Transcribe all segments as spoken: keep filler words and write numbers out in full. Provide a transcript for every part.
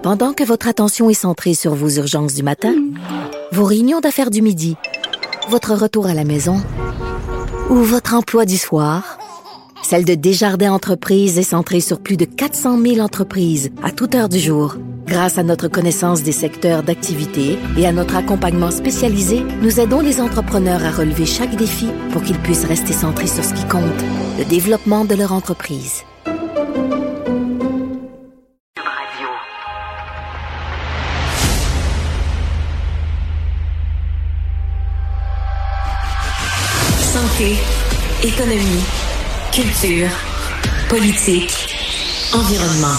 Pendant que votre attention est centrée sur vos urgences du matin, vos réunions d'affaires du midi, votre retour à la maison ou votre emploi du soir, celle de Desjardins Entreprises est centrée sur plus de quatre cent mille entreprises à toute heure du jour. Grâce à notre connaissance des secteurs d'activité et à notre accompagnement spécialisé, nous aidons les entrepreneurs à relever chaque défi pour qu'ils puissent rester centrés sur ce qui compte, le développement de leur entreprise. Santé, économie, culture, politique, environnement.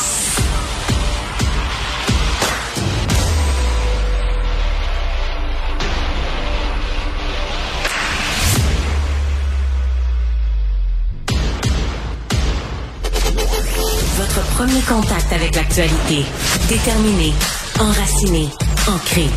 Votre premier contact avec l'actualité. Déterminé, enraciné, ancré.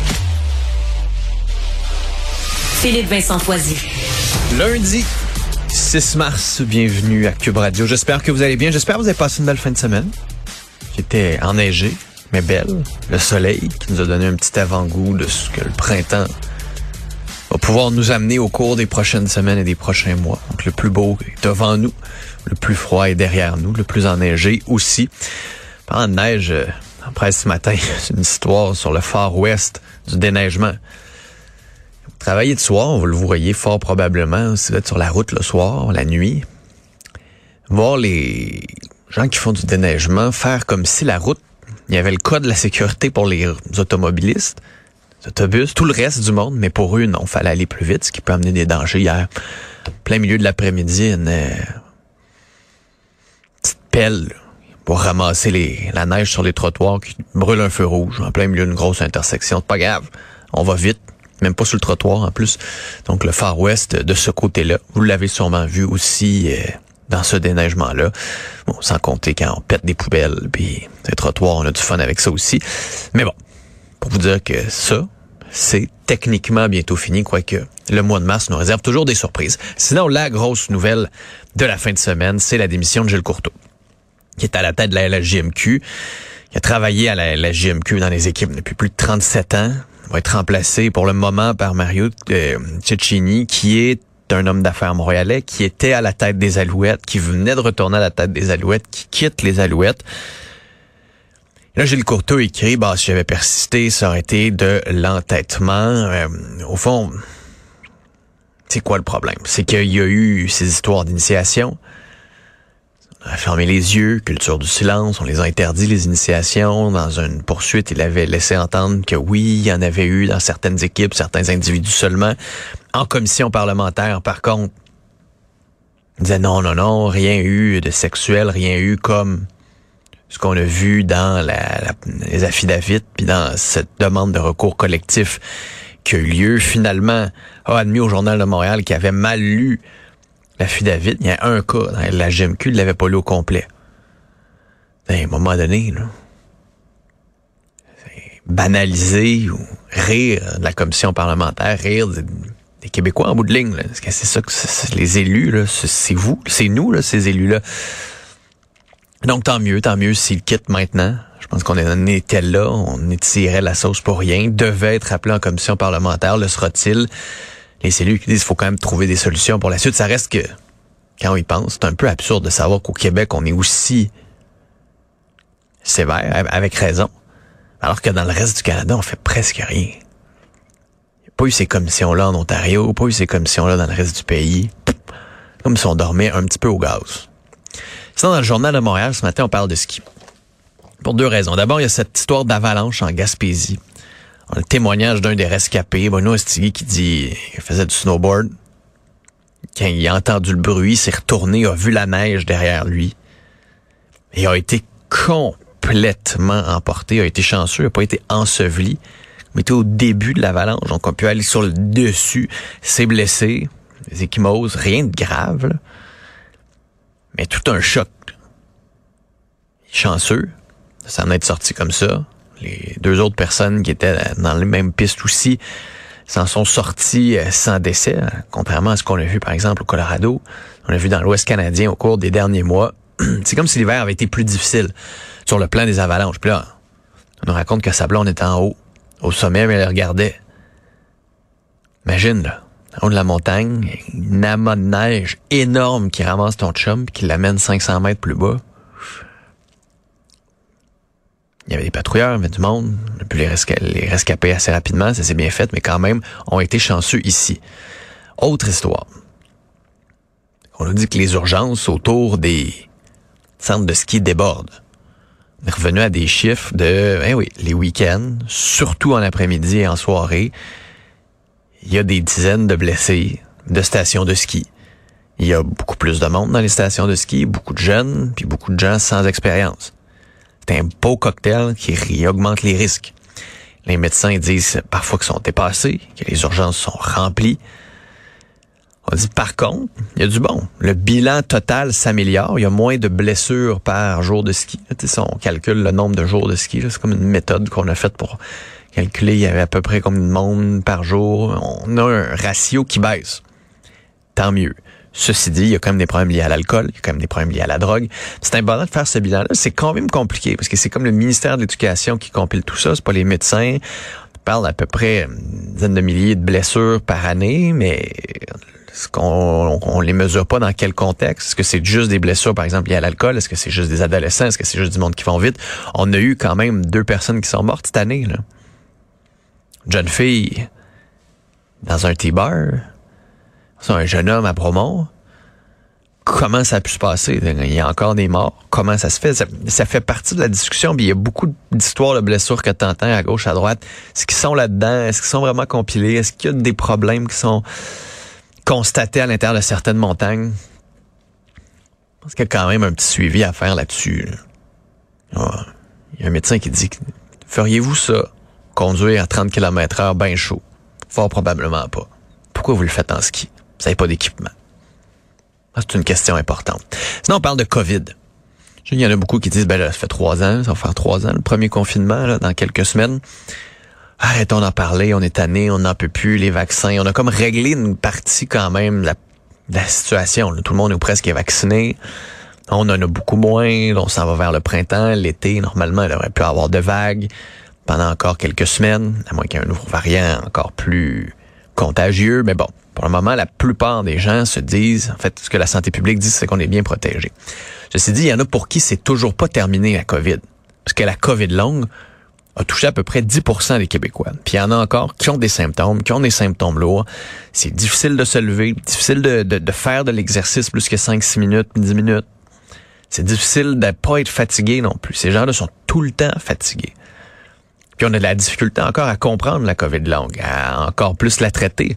Philippe Vincent Foisy. Lundi six mars, bienvenue à Cube Radio. J'espère que vous allez bien. J'espère que vous avez passé une belle fin de semaine qui était enneigée, mais belle. Le soleil qui nous a donné un petit avant-goût de ce que le printemps va pouvoir nous amener au cours des prochaines semaines et des prochains mois. Donc le plus beau est devant nous, le plus froid est derrière nous, le plus enneigé aussi. Parlant de neige, en presse ce matin, c'est une histoire sur le Far West du déneigement. Travailler de soir, vous le voyez fort probablement, si vous êtes sur la route le soir, la nuit, voir les gens qui font du déneigement faire comme si la route, il y avait le code de la sécurité pour les automobilistes, les autobus, tout le reste du monde, mais pour eux, non, il fallait aller plus vite, ce qui peut amener des dangers. Hier, plein milieu de l'après-midi, une euh, petite pelle là, pour ramasser les, la neige sur les trottoirs qui brûle un feu rouge en plein milieu d'une grosse intersection. C'est pas grave, on va vite. Même pas sur le trottoir en plus. Donc le Far West de ce côté-là. Vous l'avez sûrement vu aussi euh, dans ce déneigement-là. Bon, sans compter quand on pète des poubelles, puis les trottoirs, on a du fun avec ça aussi. Mais bon, pour vous dire que ça, c'est techniquement bientôt fini, quoique le mois de mars nous réserve toujours des surprises. Sinon, la grosse nouvelle de la fin de semaine, c'est la démission de Gilles Courteau, qui est à la tête de la L J M Q, qui a travaillé à la L J M Q dans les équipes depuis plus de trente-sept ans. Va être remplacé pour le moment par Mario euh, Cecchini, qui est un homme d'affaires montréalais, qui était à la tête des Alouettes, qui venait de retourner à la tête des Alouettes, qui quitte les Alouettes. Et là, Gilles Courteau écrit, bah, si j'avais persisté, ça aurait été de l'entêtement. Euh, au fond, c'est quoi le problème? C'est qu'il y a eu ces histoires d'initiation. On a fermé les yeux, culture du silence, on les a interdit, les initiations. Dans une poursuite, il avait laissé entendre que oui, il y en avait eu dans certaines équipes, certains individus seulement. En commission parlementaire, par contre, il disait non, non, non, rien eu de sexuel, rien eu comme ce qu'on a vu dans la, la, les affidavits, puis dans cette demande de recours collectif qui a eu lieu. Finalement, a admis au Journal de Montréal qu'il avait mal lu l'affidavit. Il y a un cas dans la G M Q, il l'avait pas lu au complet. À un moment donné, là, c'est banaliser ou rire de la commission parlementaire, rire des, des Québécois en bout de ligne. Là. Parce que c'est ça que c'est, c'est les élus, là, c'est, c'est vous, c'est nous, là, ces élus-là. Donc tant mieux, tant mieux s'ils quittent maintenant. Je pense qu'on était là, on étirait la sauce pour rien, devait être appelé en commission parlementaire, le sera-t-il? Les élus qui disent qu'il faut quand même trouver des solutions pour la suite. Ça reste que, quand on y pense, c'est un peu absurde de savoir qu'au Québec, on est aussi sévère, avec raison, alors que dans le reste du Canada, on fait presque rien. Il n'y a pas eu ces commissions-là en Ontario, pas eu ces commissions-là dans le reste du pays. Comme si on dormait un petit peu au gaz. Sinon, dans le Journal de Montréal, ce matin, on parle de ski. Pour deux raisons. D'abord, il y a cette histoire d'avalanche en Gaspésie. Le témoignage d'un des rescapés, Bruno Estigui, qui dit qu'il faisait du snowboard. Quand il a entendu le bruit, il s'est retourné, a vu la neige derrière lui. Et a été complètement emporté, il a été chanceux, il n'a pas été enseveli. Il était au début de l'avalanche, donc on peut aller sur le dessus, s'est blessé, des ecchymoses, rien de grave, là. Mais tout un choc. Il est chanceux, de s'en être sorti comme ça. Les deux autres personnes qui étaient dans les mêmes pistes aussi s'en sont sortis sans décès, contrairement à ce qu'on a vu par exemple au Colorado. On l'a vu dans l'Ouest canadien au cours des derniers mois. C'est comme si l'hiver avait été plus difficile sur le plan des avalanches. Puis là, On nous raconte que sa blonde était en haut, au sommet, mais elle regardait. Imagine, là, en haut de la montagne, une amas de neige énorme qui ramasse ton chum et qui l'amène cinq cents mètres plus bas. Il y avait des patrouilleurs, il y avait du monde. On a pu les, resca- les rescaper assez rapidement, ça s'est bien fait, mais quand même, on a été chanceux ici. Autre histoire. On nous dit que les urgences autour des centres de ski débordent. On est revenu à des chiffres de, eh oui, les week-ends, surtout en après-midi et en soirée, il y a des dizaines de blessés de stations de ski. Il y a beaucoup plus de monde dans les stations de ski, beaucoup de jeunes, puis beaucoup de gens sans expérience. C'est un beau cocktail qui augmente les risques. Les médecins disent parfois qu'ils sont dépassés, que les urgences sont remplies. On dit par contre, il y a du bon. Le bilan total s'améliore. Il y a moins de blessures par jour de ski. Tu sais, on calcule le nombre de jours de ski. C'est comme une méthode qu'on a faite pour calculer. Il y avait à peu près combien de monde par jour. On a un ratio qui baisse. Tant mieux. Ceci dit, il y a quand même des problèmes liés à l'alcool, il y a quand même des problèmes liés à la drogue. C'est important de faire ce bilan-là. C'est quand même compliqué parce que c'est comme le ministère de l'Éducation qui compile tout ça. C'est pas les médecins. On parle d'à peu près une dizaine de milliers de blessures par année, mais est-ce qu'on on, on les mesure pas dans quel contexte? Est-ce que c'est juste des blessures, par exemple, liées à l'alcool? Est-ce que c'est juste des adolescents? Est-ce que c'est juste du monde qui vont vite? On a eu quand même deux personnes qui sont mortes cette année, là. Une jeune fille dans un T-bar. C'est un jeune homme à Bromont. Comment ça a pu se passer? Il y a encore des morts. Comment ça se fait? Ça, ça fait partie de la discussion. Puis il y a beaucoup d'histoires de blessures que tu entends à gauche, à droite. Est-ce qu'ils sont là-dedans? Est-ce qu'ils sont vraiment compilés? Est-ce qu'il y a des problèmes qui sont constatés à l'intérieur de certaines montagnes? Je pense qu'il y a quand même un petit suivi à faire là-dessus. Là. Oh, il y a un médecin qui dit, feriez-vous ça? Conduire à trente kilomètres heure, bien chaud? Fort probablement pas. Pourquoi vous le faites en ski? Vous n'avez pas d'équipement. C'est une question importante. Sinon, on parle de COVID. Il y en a beaucoup qui disent, ben là, ça fait trois ans, ça va faire trois ans, le premier confinement, là, dans quelques semaines. Arrêtons d'en parler, on est tanné, on n'en peut plus, les vaccins. On a comme réglé une partie quand même de la, de la situation. Là. Tout le monde est presque est vacciné. On en a beaucoup moins. On s'en va vers le printemps, l'été. Normalement, il aurait pu avoir de vagues pendant encore quelques semaines, à moins qu'il y ait un nouveau variant encore plus contagieux. Mais bon, pour le moment, la plupart des gens se disent, en fait, ce que la santé publique dit, c'est qu'on est bien protégé. Ceci dit, il y en a pour qui c'est toujours pas terminé la COVID. Parce que la COVID longue a touché à peu près dix pour cent des Québécois. Puis il y en a encore qui ont des symptômes, qui ont des symptômes lourds. C'est difficile de se lever, difficile de, de, de faire de l'exercice plus que cinq six minutes, dix minutes. C'est difficile de pas être fatigué non plus. Ces gens-là sont tout le temps fatigués. Puis on a de la difficulté encore à comprendre la COVID longue, à encore plus la traiter.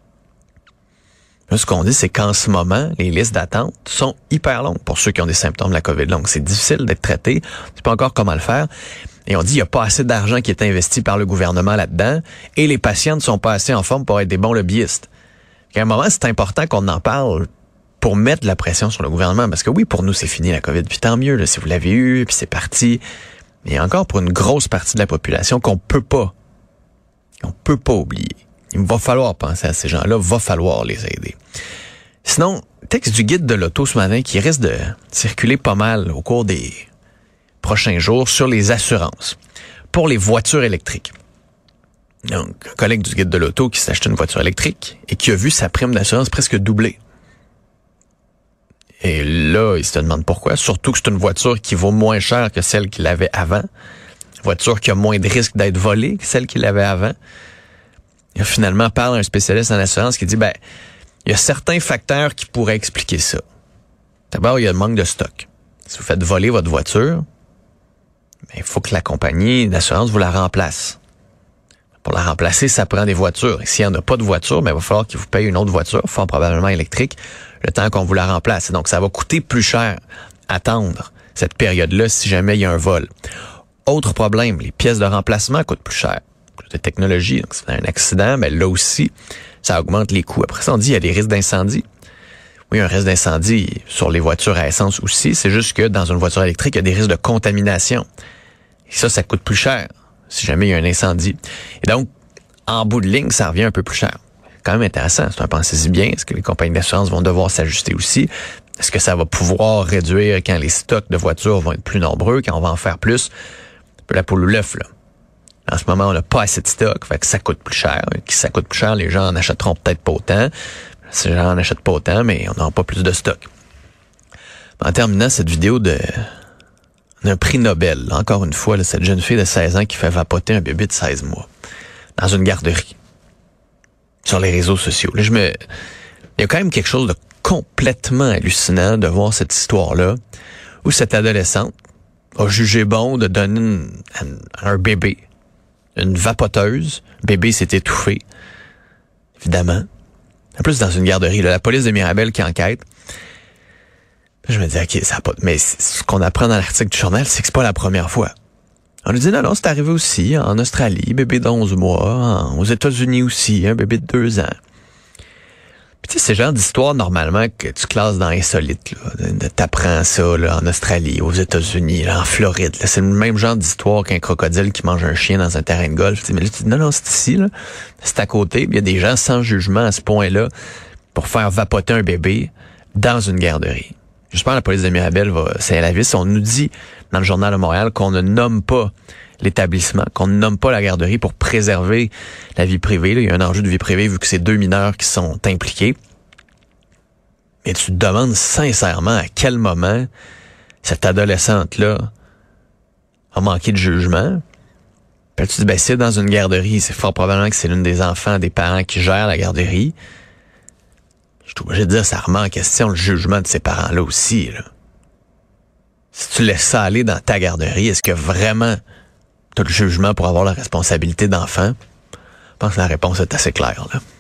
Là, ce qu'on dit, c'est qu'en ce moment, les listes d'attente sont hyper longues pour ceux qui ont des symptômes de la COVID longue. C'est difficile d'être traité. On sait pas encore comment le faire. Et on dit qu'il n'y a pas assez d'argent qui est investi par le gouvernement là-dedans. Et les patients ne sont pas assez en forme pour être des bons lobbyistes. À un moment, c'est important qu'on en parle pour mettre de la pression sur le gouvernement. Parce que oui, pour nous, c'est fini la COVID. Puis tant mieux, là, si vous l'avez eu, puis c'est parti. Mais il y a encore pour une grosse partie de la population qu'on peut pas, qu'on peut pas oublier. Il va falloir penser à ces gens-là, va falloir les aider. Sinon, texte du guide de l'auto ce matin qui risque de circuler pas mal au cours des prochains jours sur les assurances pour les voitures électriques. Donc, un collègue du guide de l'auto qui s'est acheté une voiture électrique et qui a vu sa prime d'assurance presque doubler. Et là, il se demande pourquoi. Surtout que c'est une voiture qui vaut moins cher que celle qu'il avait avant. Une voiture qui a moins de risque d'être volée que celle qu'il avait avant. Et finalement, parle un spécialiste en assurance qui dit, ben, il y a certains facteurs qui pourraient expliquer ça. D'abord, il y a le manque de stock. Si vous faites voler votre voiture, ben, il faut que la compagnie d'assurance vous la remplace. Pour la remplacer, ça prend des voitures. Et s'il n'y en a pas de voiture, ben, il va falloir qu'il vous paye une autre voiture, fort probablement électrique, le temps qu'on vous la remplace. Donc, ça va coûter plus cher attendre cette période-là si jamais il y a un vol. Autre problème, les pièces de remplacement coûtent plus cher. De technologie, donc si vous avez un accident, ben là aussi, ça augmente les coûts. Après ça, on dit qu'il y a des risques d'incendie. Oui, un risque d'incendie sur les voitures à essence aussi. C'est juste que dans une voiture électrique, il y a des risques de contamination. Et ça, ça coûte plus cher si jamais il y a un incendie. Et donc, en bout de ligne, ça revient un peu plus cher. C'est quand même intéressant. C'est un pensez-y bien. Est-ce que les compagnies d'assurance vont devoir s'ajuster aussi? Est-ce que ça va pouvoir réduire quand les stocks de voitures vont être plus nombreux, quand on va en faire plus? Un peu la poule ou l'œuf, là. En ce moment, on n'a pas assez de stock, fait que ça coûte plus cher. Si ça coûte plus cher, les gens en achèteront peut-être pas autant. Si les gens en achètent pas autant, mais on n'aura pas plus de stock. En terminant cette vidéo de d'un prix Nobel, là, encore une fois, là, cette jeune fille de seize ans qui fait vapoter un bébé de seize mois dans une garderie sur les réseaux sociaux. Là, je me, il y a quand même quelque chose de complètement hallucinant de voir cette histoire-là où cette adolescente a jugé bon de donner une, un, un bébé, une vapoteuse. Le bébé s'est étouffé, évidemment. En plus, dans une garderie, là, la police de Mirabel qui enquête. Je me dis, OK, ça a pas... Mais ce qu'on apprend dans l'article du journal, c'est que c'est pas la première fois. On nous dit, non, non, c'est arrivé aussi en Australie, bébé d'onze mois, en, aux États-Unis aussi, un bébé de deux ans. Puis tu sais, c'est le genre d'histoire, normalement, que tu classes dans insolite, là. De, t'apprends ça, là, en Australie, aux États-Unis, là, en Floride, là. C'est le même genre d'histoire qu'un crocodile qui mange un chien dans un terrain de golf. T'sais, mais là, tu dis, non, non, c'est ici, là. C'est à côté. Il y a des gens sans jugement à ce point-là pour faire vapoter un bébé dans une garderie. J'espère que la police de Mirabel va serrer la vis. On nous dit dans le Journal de Montréal qu'on ne nomme pas l'établissement, qu'on ne nomme pas la garderie pour préserver la vie privée. Là, il y a un enjeu de vie privée vu que c'est deux mineurs qui sont impliqués. Mais tu te demandes sincèrement à quel moment cette adolescente-là a manqué de jugement. Puis tu te dis, ben c'est dans une garderie. C'est fort probablement que c'est l'une des enfants des parents qui gèrent la garderie. Je suis obligé de dire, ça remet en question le jugement de ces parents-là aussi, là. Si tu laisses ça aller dans ta garderie, est-ce que vraiment tu as le jugement pour avoir la responsabilité d'enfant? Je pense que la réponse est assez claire, là.